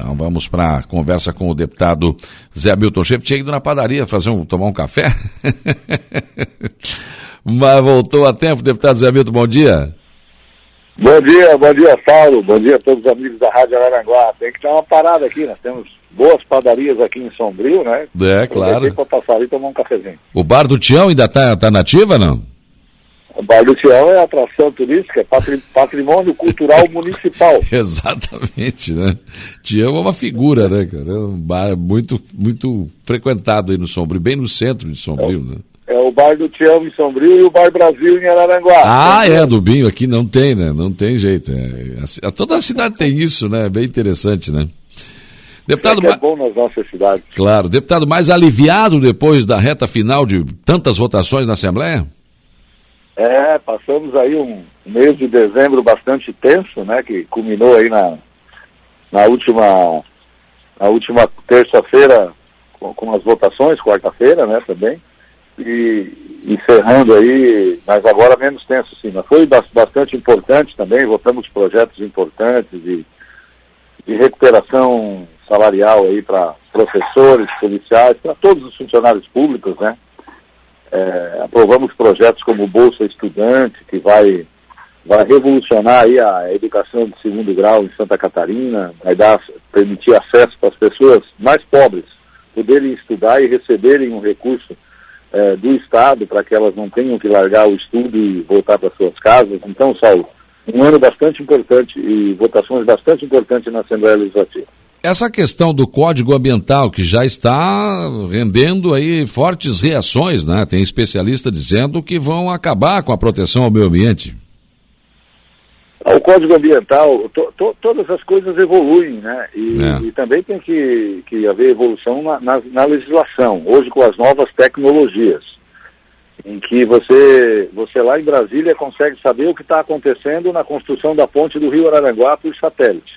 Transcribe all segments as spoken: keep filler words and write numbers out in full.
Então vamos para a conversa com o deputado Zé Hamilton Schaefer. Tinha ido na padaria fazer um, tomar um café, mas voltou a tempo. Deputado Zé Hamilton, bom dia. Bom dia, bom dia, Paulo, bom dia a todos os amigos da Rádio Araranguá. Tem que dar uma parada aqui, nós temos boas padarias aqui em Sombrio, né? É, claro. Para passar ali e tomar um cafezinho. O Bar do Tião ainda está tá nativa, não? O Bar do Tião é atração turística, é patri, patrimônio cultural municipal. Exatamente, né? Tião é uma figura, né, cara? É um bar muito, muito frequentado aí no Sombrio, bem no centro de Sombrio, é, né? É o Bar do Tião em Sombrio e o Bar Brasil em Araranguá. Ah, é, do Binho aqui não tem, né? Não tem jeito. É, a, toda a cidade tem isso, né? Bem interessante, né? Deputado, é, é bom nas nossas cidades. Claro. Deputado, mais aliviado depois da reta final de tantas votações na Assembleia? É, passamos aí um mês de dezembro bastante tenso, né, que culminou aí na, na última, na última terça-feira com, com as votações, quarta-feira, né, também, e encerrando aí, mas agora menos tenso, sim, mas foi bastante importante também, votamos projetos importantes de, de recuperação salarial aí para professores, policiais, para todos os funcionários públicos, né. É, aprovamos projetos como o Bolsa Estudante, que vai, vai revolucionar aí a educação de segundo grau em Santa Catarina, vai dar, permitir acesso para as pessoas mais pobres poderem estudar e receberem um recurso é, do Estado para que elas não tenham que largar o estudo e voltar para suas casas. Então, Saulo, um ano bastante importante e votações bastante importantes na Assembleia Legislativa. Essa questão do Código Ambiental, que já está rendendo aí fortes reações, né? Tem especialista dizendo que vão acabar com a proteção ao meio ambiente. O Código Ambiental, to, to, todas as coisas evoluem, né? E, é. e também tem que, que haver evolução na, na, na legislação, hoje com as novas tecnologias, em que você, você lá em Brasília consegue saber o que está acontecendo na construção da ponte do Rio Araranguá por satélite.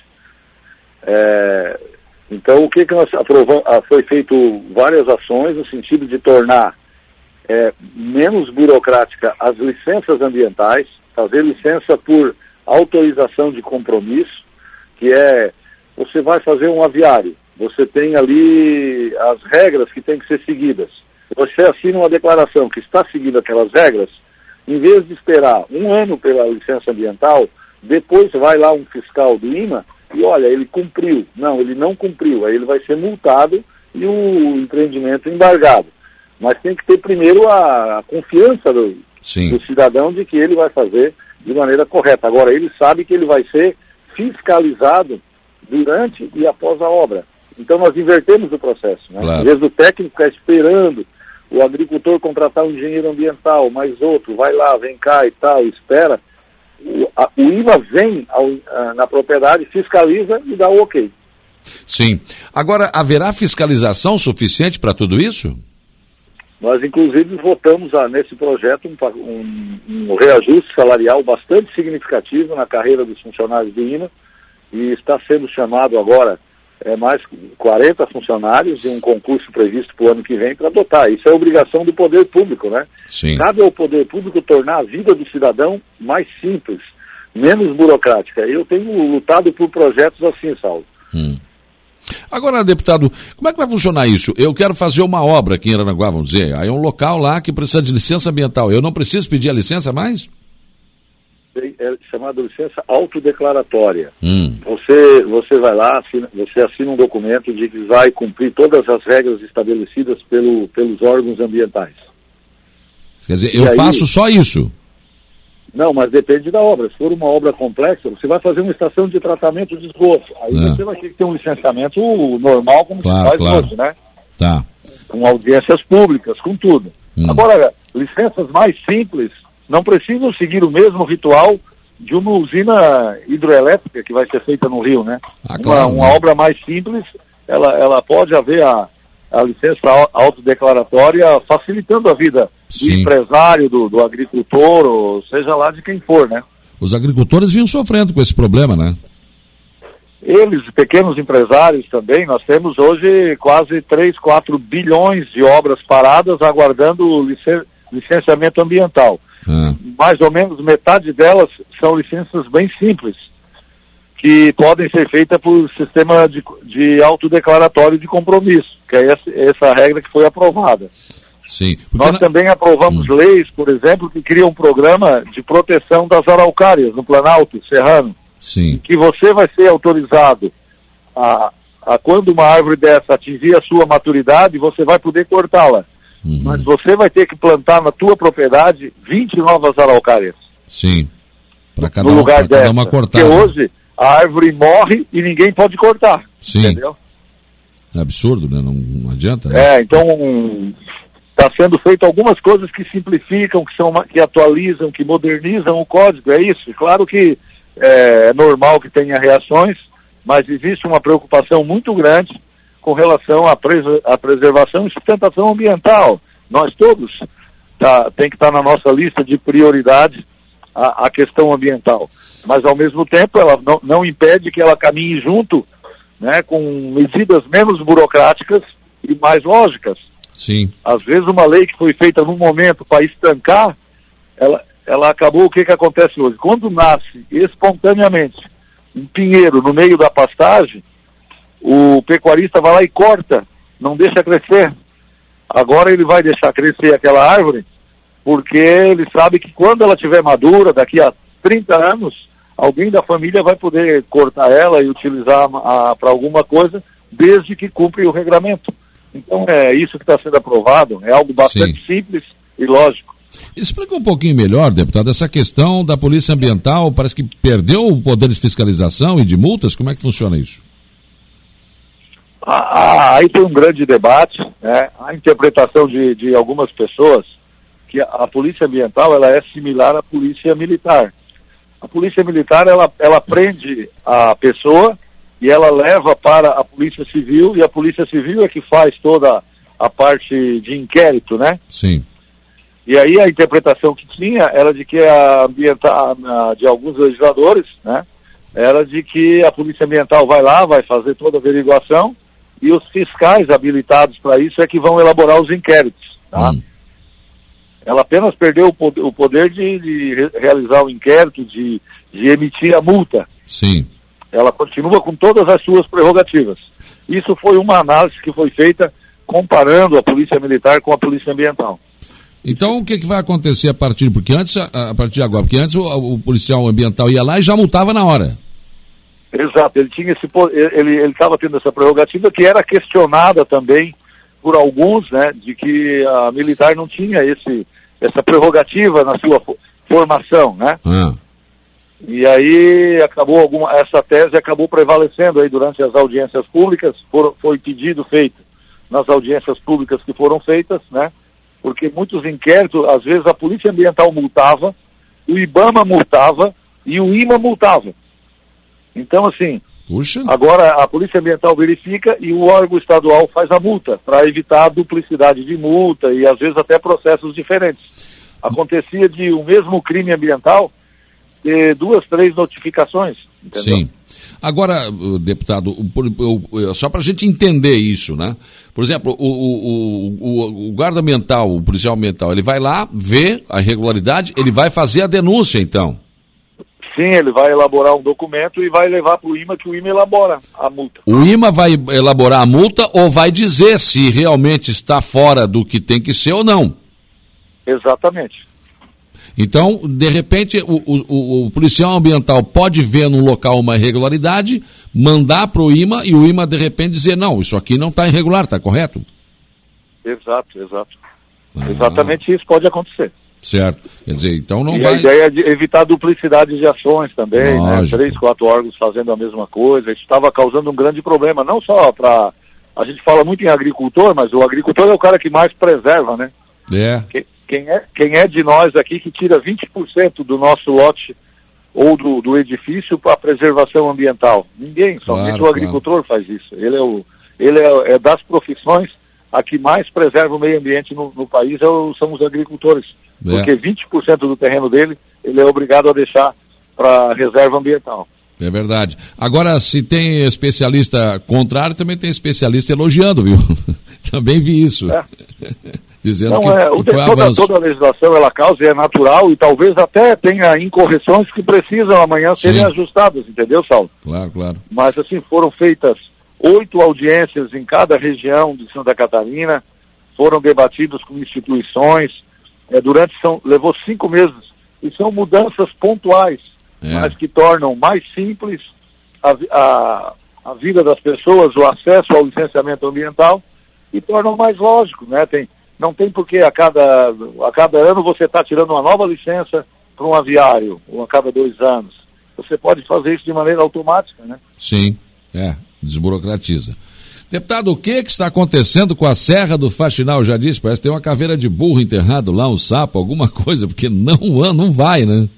É, então, o que, que nós aprovamos? Foi feito várias ações no sentido de tornar é, menos burocrática as licenças ambientais, fazer licença por autorização de compromisso, que é, você vai fazer um aviário, você tem ali as regras que têm que ser seguidas, você assina uma declaração que está seguindo aquelas regras, em vez de esperar um ano pela licença ambiental, depois vai lá um fiscal do I M A e olha, ele cumpriu. Não, ele não cumpriu. Aí ele vai ser multado e o empreendimento embargado. Mas tem que ter primeiro a, a confiança do, do cidadão de que ele vai fazer de maneira correta. Agora, ele sabe que ele vai ser fiscalizado durante e após a obra. Então nós invertemos o processo, né? Claro. Em vez do técnico ficar esperando o agricultor contratar um engenheiro ambiental, mais outro, vai lá, vem cá e tal, espera. O, a, o I M A vem ao, a, na propriedade, fiscaliza e dá o ok. Sim. Agora, haverá fiscalização suficiente para tudo isso? Nós, inclusive, votamos a, nesse projeto um, um, um reajuste salarial bastante significativo na carreira dos funcionários do I M A e está sendo chamado agora é, mais quarenta funcionários e um concurso previsto para o ano que vem para adotar. Isso é obrigação do poder público, né? Sim. Cabe ao poder público tornar a vida do cidadão mais simples, menos burocrática. Eu tenho lutado por projetos assim, Saulo. Hum. Agora, deputado, como é que vai funcionar isso? Eu quero fazer uma obra aqui em Araranguá, vamos dizer, aí é um local lá que precisa de licença ambiental. Eu não preciso pedir a licença mais? É chamada licença autodeclaratória. Hum. Você, você vai lá, assina, você assina um documento de que vai cumprir todas as regras estabelecidas pelo, pelos órgãos ambientais. Quer dizer, e eu aí, faço só isso? Não, mas depende da obra. Se for uma obra complexa, você vai fazer uma estação de tratamento de esgoto. Aí é. você vai ter que ter um licenciamento normal, como claro, se faz claro. hoje, né? Tá. Com audiências públicas, com tudo. Hum. Agora, licenças mais simples não precisam seguir o mesmo ritual de uma usina hidroelétrica que vai ser feita no Rio, né? Ah, claro, uma, uma né? obra mais simples, ela, ela pode haver a, a licença autodeclaratória facilitando a vida Sim. do empresário, do, do agricultor, ou seja lá de quem for, né? Os agricultores vinham sofrendo com esse problema, né? Eles, pequenos empresários também, nós temos hoje quase três, quatro bilhões de obras paradas aguardando licen- licenciamento ambiental. Ah. Mais ou menos metade delas são licenças bem simples. que podem ser feitas por sistema de, de autodeclaratório de compromisso, que é essa, essa regra que foi aprovada. Sim. Nós na... também aprovamos hum. leis, por exemplo, que criam um programa de proteção das araucárias no Planalto Serrano. Sim. Que você vai ser autorizado a, a quando uma árvore dessa atingir a sua maturidade, você vai poder cortá-la. Uhum. Mas você vai ter que plantar na tua propriedade vinte novas araucárias. Sim. Para cada, no uma, lugar cada dessa. uma cortada. Porque hoje a árvore morre e ninguém pode cortar. Sim. Entendeu? É absurdo, né? Não, não adianta, né? É, então está sendo feito algumas coisas que simplificam, que, são, que atualizam, que modernizam o código, é isso. Claro que é, é normal que tenha reações, mas existe uma preocupação muito grande com relação à, pres à preservação e sustentação ambiental. Nós todos tá, tem que estar tá na nossa lista de prioridade a, a questão ambiental. Mas, ao mesmo tempo, ela não, não impede que ela caminhe junto, né, com medidas menos burocráticas e mais lógicas. Sim. Às vezes, uma lei que foi feita num momento para estancar, ela, ela acabou. O que, que acontece hoje? Quando nasce espontaneamente um pinheiro no meio da pastagem, o pecuarista vai lá e corta, não deixa crescer. Agora ele vai deixar crescer aquela árvore, porque ele sabe que quando ela estiver madura, daqui a trinta anos, alguém da família vai poder cortar ela e utilizar para alguma coisa, desde que cumpre o regramento. Então é isso que está sendo aprovado, é algo bastante Sim. simples e lógico. Explica um pouquinho melhor, deputado, essa questão da Polícia Ambiental, parece que perdeu o poder de fiscalização e de multas, como é que funciona isso? Ah, aí tem um grande debate, né? A interpretação de, de algumas pessoas que a, a Polícia Ambiental ela é similar à Polícia Militar. A Polícia Militar ela, ela prende a pessoa e ela leva para a Polícia Civil, e a Polícia Civil é que faz toda a parte de inquérito, né? Sim. E aí a interpretação que tinha era de que a ambiental, de alguns legisladores, né? Era de que a Polícia Ambiental vai lá, vai fazer toda a averiguação, e os fiscais habilitados para isso é que vão elaborar os inquéritos, tá? Hum. Ela apenas perdeu o poder, o poder de, de realizar o inquérito, de, de emitir a multa. Sim. Ela continua com todas as suas prerrogativas. Isso foi uma análise que foi feita comparando a Polícia Militar com a Polícia Ambiental. Então o que, que vai acontecer a partir, porque antes, a, a partir de agora, porque antes o, o policial ambiental ia lá e já multava na hora. Exato, ele tinha esse, ele ele estava tendo essa prerrogativa que era questionada também por alguns, né, de que a militar não tinha esse, essa prerrogativa na sua formação, né? Ah. E aí acabou alguma, essa tese acabou prevalecendo aí durante as audiências públicas, for, foi pedido feito nas audiências públicas que foram feitas, né? Porque muitos inquéritos, às vezes a Polícia Ambiental multava, o IBAMA multava e o IMA multava. Então, assim, Puxa. Agora a Polícia Ambiental verifica e o órgão estadual faz a multa, para evitar a duplicidade de multa e às vezes até processos diferentes. Acontecia de o mesmo crime ambiental ter duas, três notificações, entendeu? Sim. Agora, deputado, só para a gente entender isso, né? Por exemplo, o, o, o, o guarda ambiental, o policial ambiental, ele vai lá, vê a irregularidade, ele vai fazer a denúncia, então? Sim, ele vai elaborar um documento e vai levar para o IMA, que o IMA elabora a multa. O IMA vai elaborar a multa ou vai dizer se realmente está fora do que tem que ser ou não? Exatamente. Então, de repente, o, o, o policial ambiental pode ver num local uma irregularidade, mandar para o IMA e o IMA, de repente, dizer, não, isso aqui não está irregular, está correto? Exato, exato. Ah. Exatamente isso pode acontecer. Certo. Quer dizer, então não e vai... a ideia é de evitar duplicidade de ações também, né? Três, quatro órgãos fazendo a mesma coisa. Isso estava causando um grande problema, não só para... A gente fala muito em agricultor, mas o agricultor é o cara que mais preserva, né? É. Que, quem é, quem é de nós aqui que tira vinte por cento do nosso lote ou do, do edifício para preservação ambiental? Ninguém, somente claro, o agricultor claro. faz isso. Ele é, o, ele é, é das profissões a que mais preserva o meio ambiente no, no país é o, são os agricultores. É. Porque vinte por cento do terreno dele, ele é obrigado a deixar para reserva ambiental. É verdade. Agora, se tem especialista contrário, também tem especialista elogiando, viu? Também vi isso. É. dizendo não, que, é, que o, foi toda, avanço. toda a legislação ela causa e é natural e talvez até tenha incorreções que precisam amanhã serem Sim. ajustadas, entendeu, Saulo? Claro, claro. Mas assim, foram feitas oito audiências em cada região de Santa Catarina, foram debatidos com instituições, é, durante, são, levou cinco meses, e são mudanças pontuais, É. mas que tornam mais simples a, a, a vida das pessoas, o acesso ao licenciamento ambiental, e tornam mais lógico, né? Tem, não tem porquê a cada, a cada ano você está tirando uma nova licença para um aviário, ou a cada dois anos. Você pode fazer isso de maneira automática, né? Sim, é, desburocratiza. Deputado, o que, que está acontecendo com a Serra do Faxinal? Já disse, parece que tem uma caveira de burro enterrado lá, um sapo, alguma coisa, porque não, não vai, né?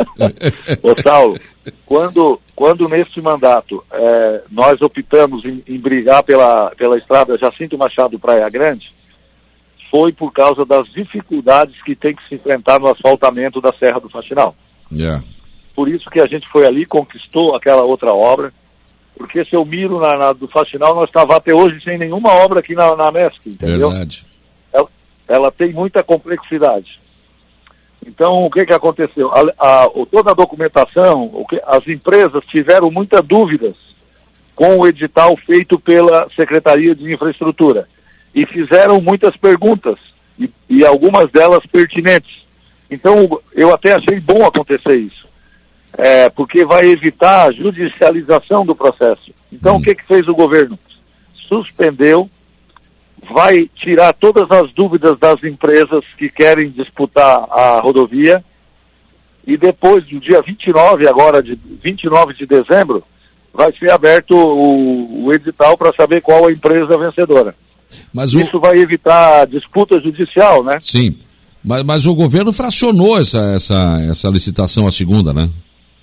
Ô Saulo, quando, quando neste mandato é, nós optamos em, em brigar pela, pela estrada Jacinto Machado Praia Grande, foi por causa das dificuldades que tem que se enfrentar no asfaltamento da Serra do Faxinal. Yeah. Por isso que a gente foi ali, conquistou aquela outra obra, porque se eu miro na, na do Faxinal, nós estávamos até hoje sem nenhuma obra aqui na, na MESC, entendeu? Verdade. Ela, ela tem muita complexidade. Então, o que que aconteceu? A, a, toda a documentação, o que, as empresas tiveram muitas dúvidas com o edital feito pela Secretaria de Infraestrutura e fizeram muitas perguntas, e, e algumas delas pertinentes. Então, eu até achei bom acontecer isso. É, porque vai evitar a judicialização do processo. Então, hum. o que que fez o governo? Suspendeu, vai tirar todas as dúvidas das empresas que querem disputar a rodovia, e depois, do dia vinte e nove, agora de vinte e nove de dezembro, vai ser aberto o, o edital para saber qual a empresa vencedora. Mas o... Isso vai evitar disputa judicial, né? Sim, mas, mas o governo fracionou essa, essa, essa licitação, a segunda, né?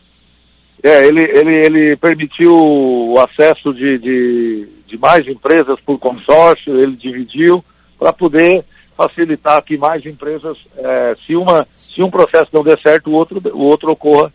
É, ele, ele, ele permitiu o acesso de, de, de mais empresas por consórcio, ele dividiu para poder facilitar que mais empresas, é, se, uma, se um processo não der certo, o outro, o outro ocorra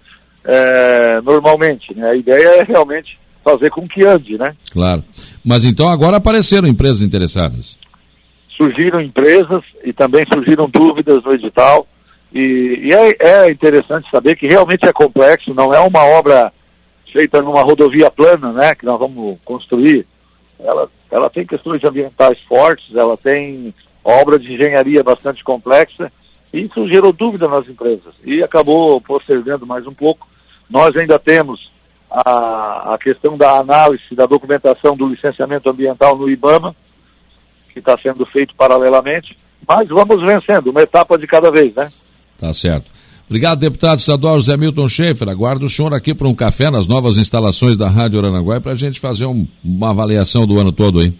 é, normalmente, né? A ideia é realmente fazer com que ande, né? Claro. Mas então agora apareceram empresas interessadas? Surgiram empresas e também surgiram dúvidas no edital. E, e é, é interessante saber que realmente é complexo, não é uma obra feita numa rodovia plana, né, que nós vamos construir. Ela, ela tem questões ambientais fortes, ela tem obra de engenharia bastante complexa, e isso gerou dúvida nas empresas. E acabou postergando mais um pouco. Nós ainda temos a, a questão da análise da documentação do licenciamento ambiental no IBAMA, que está sendo feito paralelamente, mas vamos vencendo, uma etapa de cada vez, né? Tá certo. Obrigado, deputado estadual José Milton Schaefer. Aguardo o senhor aqui para um café nas novas instalações da Rádio Aranaguá para a gente fazer um, uma avaliação do ano todo aí.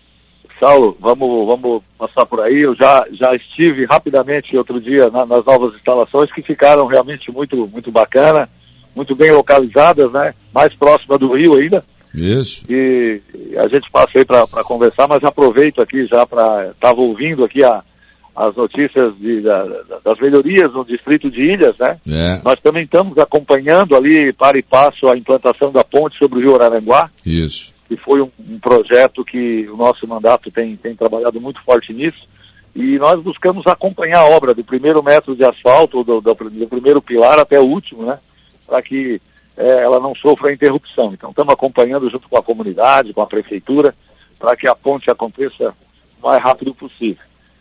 Saulo, vamos, vamos passar por aí. Eu já, já estive rapidamente outro dia na, nas novas instalações que ficaram realmente muito, muito bacana, muito bem localizadas, né? Mais próxima do Rio ainda. Isso. E a gente passa aí para conversar, mas aproveito aqui já para... Estava ouvindo aqui a as notícias de, da, das melhorias no distrito de Ilhas, né? É. Nós também estamos acompanhando ali, para e passo, a implantação da ponte sobre o Rio Araranguá. Isso. Que foi um, um projeto que o nosso mandato tem, tem trabalhado muito forte nisso. E nós buscamos acompanhar a obra do primeiro metro de asfalto, do, do, do primeiro pilar até o último, né? Para que é, ela não sofra interrupção. Então estamos acompanhando junto com a comunidade, com a prefeitura, para que a ponte aconteça o mais rápido possível.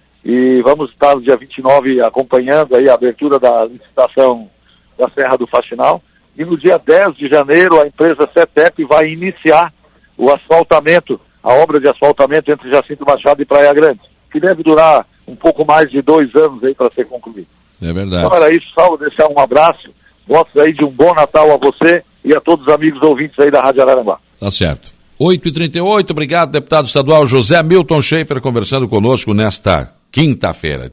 E vamos estar no dia vinte e nove acompanhando aí a abertura da licitação da Serra do Faxinal. E no dia dez de janeiro a empresa CETEP vai iniciar o asfaltamento, a obra de asfaltamento entre Jacinto Machado e Praia Grande, que deve durar um pouco mais de dois anos aí para ser concluído. É verdade. Então era isso, Saulo, deixar um abraço, votos aí de um bom Natal a você e a todos os amigos ouvintes aí da Rádio Araranguá. Tá certo. oito e trinta e oito, obrigado, deputado estadual José Milton Schaefer, conversando conosco nesta quinta-feira.